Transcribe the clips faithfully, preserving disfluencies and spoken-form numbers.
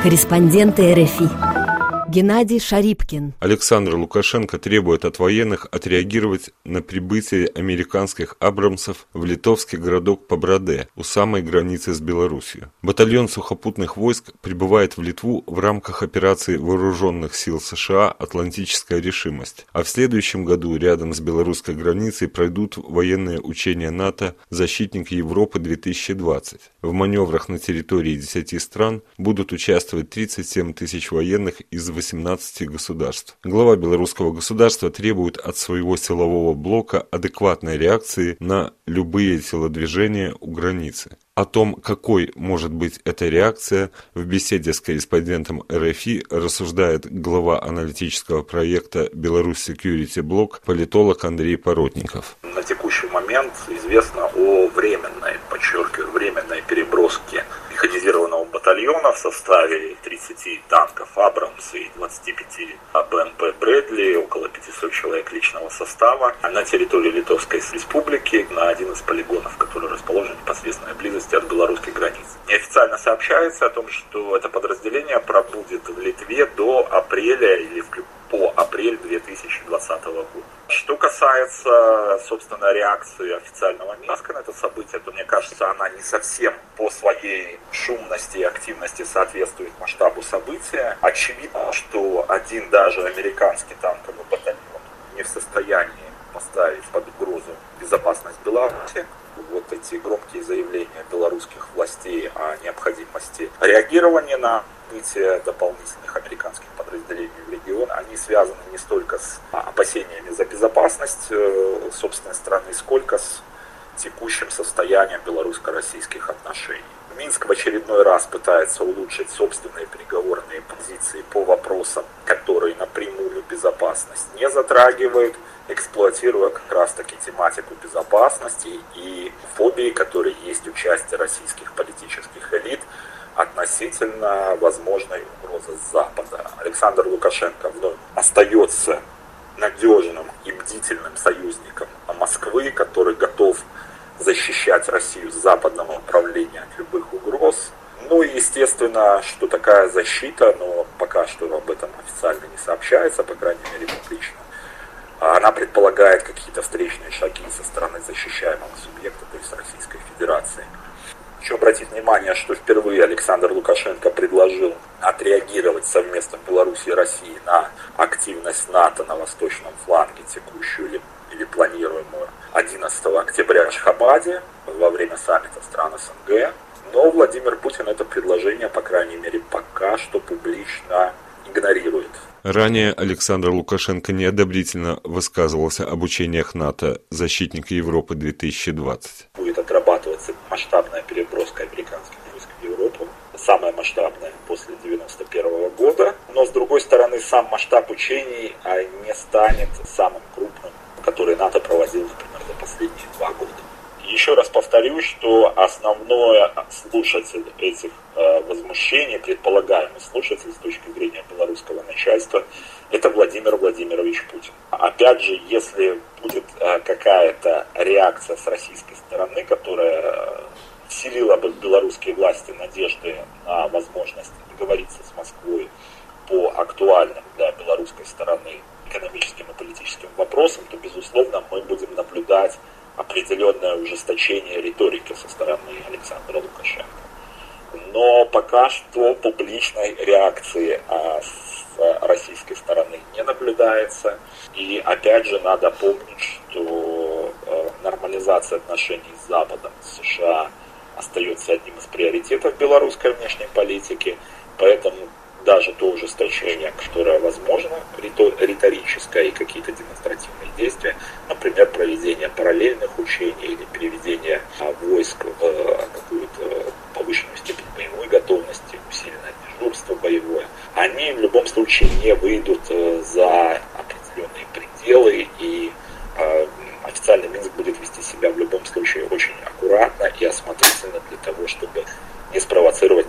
Корреспонденты эр эф и. Геннадий Шарипкин. Александр Лукашенко требует от военных отреагировать на прибытие американских «Абрамсов» в литовский городок Пабраде у самой границы с Белоруссией. Батальон сухопутных войск прибывает в Литву в рамках операции Вооруженных сил США «Атлантическая решимость», а в следующем году рядом с белорусской границей пройдут военные учения НАТО «Защитник Европы-две тысячи двадцать». В маневрах на территории десяти стран будут участвовать тридцать семь тысяч военных из восемнадцати государств. Глава белорусского государства требует от своего силового блока адекватной реакции на любые телодвижения у границы. О том, какой может быть эта реакция, в беседе с корреспондентом эр эф и рассуждает глава аналитического проекта «Беларусь Security Block» политолог Андрей Поротников. На текущий момент известно о временной, подчеркиваю, временной переброске механизированного батальона в составе тридцати танков «Абрамс» и двадцати пяти бэ эм пэ «Брэдли», около пятисот человек личного состава, на территории Литовской Республики, на один из полигонов, который расположен в непосредственной близости от белорусской границы. Неофициально сообщается о том, что это подразделение пробудет в Литве до апреля или по апрель две тысячи двадцатого года. Что касается, собственно, реакции официального Минска на это событие, то, мне кажется, она не совсем по своей шумности и активности соответствует масштабу события. Очевидно, что один даже американский танковый батальон не в состоянии поставить под угрозу безопасность Беларуси. Вот эти громкие заявления белорусских властей о необходимости реагирования на прибытие дополнительных американских подразделений в регион, они связаны не столько с опасениями за безопасность собственной страны, сколько с текущим состоянием белорусско-российских отношений. Минск в очередной раз пытается улучшить собственные переговорные позиции по вопросам, которые напрямую безопасность не затрагивают, эксплуатируя как раз-таки тематику безопасности и фобии, которые есть у части российских политических элит относительно возможной угрозы с Запада. Александр Лукашенко вновь остается надежным и бдительным союзником Москвы, который готов защищать Россию с западного направления от любых угроз. Ну и естественно, что такая защита, но пока что об этом официально не сообщается, по крайней мере публично, она предполагает какие-то встречные шаги со стороны защищаемого субъекта, то есть Российской Федерации. Хочу обратить внимание, что впервые Александр Лукашенко предложил отреагировать совместно Беларуси и России на активность НАТО на восточном фланге, текущую или, или планируемую одиннадцатого октября в Ашхабаде во время саммита стран эс эн гэ. Но Владимир Путин это предложение, по крайней мере, пока что публично игнорирует. Ранее Александр Лукашенко неодобрительно высказывался об учениях НАТО «Защитник Европы-две тысячи двадцать». Будет отрабатываться масштабная переброска американских войск в Европу, самая масштабная после девяносто первого года. Но, с другой стороны, сам масштаб учений не станет самым крупным, который НАТО проводил, например, за последние два года. Еще раз повторю, что основной слушатель этих э, возмущений, предполагаемый слушатель с точки зрения белорусского начальства, это Владимир Владимирович Путин. Опять же, если будет э, какая-то реакция с российской стороны, которая э, вселила бы в белорусские власти надежды на возможность договориться с Москвой по актуальным для белорусской стороны экономическим и политическим вопросам, то, безусловно, мы будем наблюдать определенное ужесточение риторики со стороны Александра Лукашенко. Но пока что публичной реакции а, с российской стороны не наблюдается. И опять же надо помнить, что э, нормализация отношений с Западом, с США остается одним из приоритетов белорусской внешней политики. Поэтому даже то ужесточение, которое возможно, риторическое и какие-то демонстративные действия, например, проведение параллельных учений или переведение войск в какую-то повышенную степень боевой готовности, усиленное дежурство боевое, они в любом случае не выйдут за определенные пределы, и официальный Минск будет вести себя в любом случае очень аккуратно и осмотрительно для того, чтобы не спровоцировать нового кризиса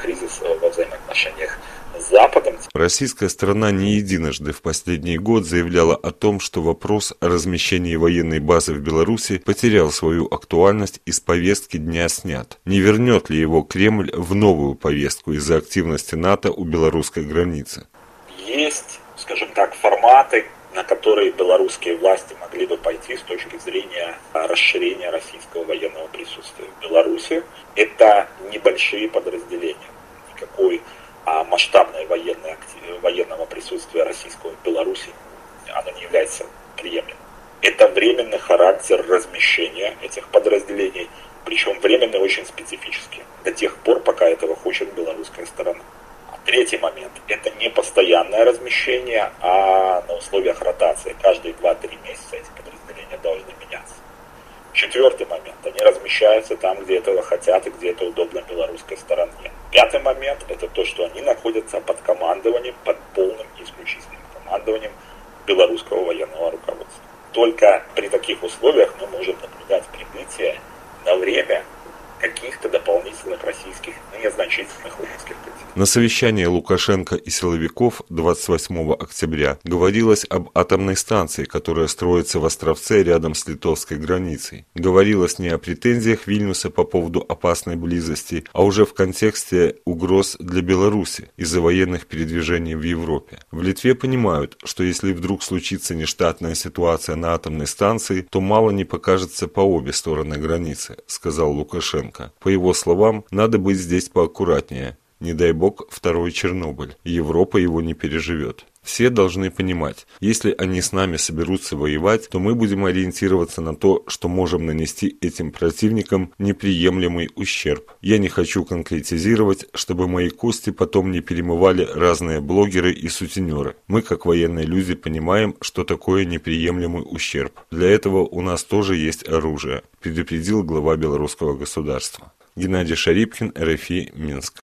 кризис во взаимоотношениях с Западом. Российская сторона не единожды в последний год заявляла о том, что вопрос о размещении военной базы в Беларуси потерял свою актуальность и с повестки дня снят. Не вернет ли его Кремль в новую повестку из-за активности НАТО у белорусской границы? Есть, скажем так, форматы, на которые белорусские власти могли бы пойти с точки зрения расширения российского военного присутствия в Беларуси. Это небольшие подразделения. Никакой а, масштабной военной, военного присутствия российского в Беларуси оно не является приемлемым. Это временный характер размещения этих подразделений, причем временный очень специфический, до тех пор, пока этого хочет белорусская сторона. Третий момент – это не постоянное размещение, а на условиях ротации. Каждые два-три месяца эти подразделения должны меняться. Четвертый момент – они размещаются там, где этого хотят и где это удобно белорусской стороне. Пятый момент – это то, что они находятся под командованием, под полным и исключительным командованием белорусского военного руководства. Только при таких условиях мы можем наблюдать прибытие на время каких-то дополнительных российских незначительных воинских категорий. На совещании Лукашенко и силовиков двадцать восьмого октября говорилось об атомной станции, которая строится в Островце рядом с литовской границей. Говорилось не о претензиях Вильнюса по поводу опасной близости, а уже в контексте угроз для Беларуси из-за военных передвижений в Европе. В Литве понимают, что если вдруг случится нештатная ситуация на атомной станции, то мало не покажется по обе стороны границы, сказал Лукашенко. По его словам, надо быть здесь поаккуратнее. Не дай бог второй Чернобыль. Европа его не переживет. Все должны понимать, если они с нами соберутся воевать, то мы будем ориентироваться на то, что можем нанести этим противникам неприемлемый ущерб. Я не хочу конкретизировать, чтобы мои кости потом не перемывали разные блогеры и сутенеры. Мы, как военные люди, понимаем, что такое неприемлемый ущерб. Для этого у нас тоже есть оружие, предупредил глава белорусского государства. Геннадий Шарипкин, эр эф и, Минск.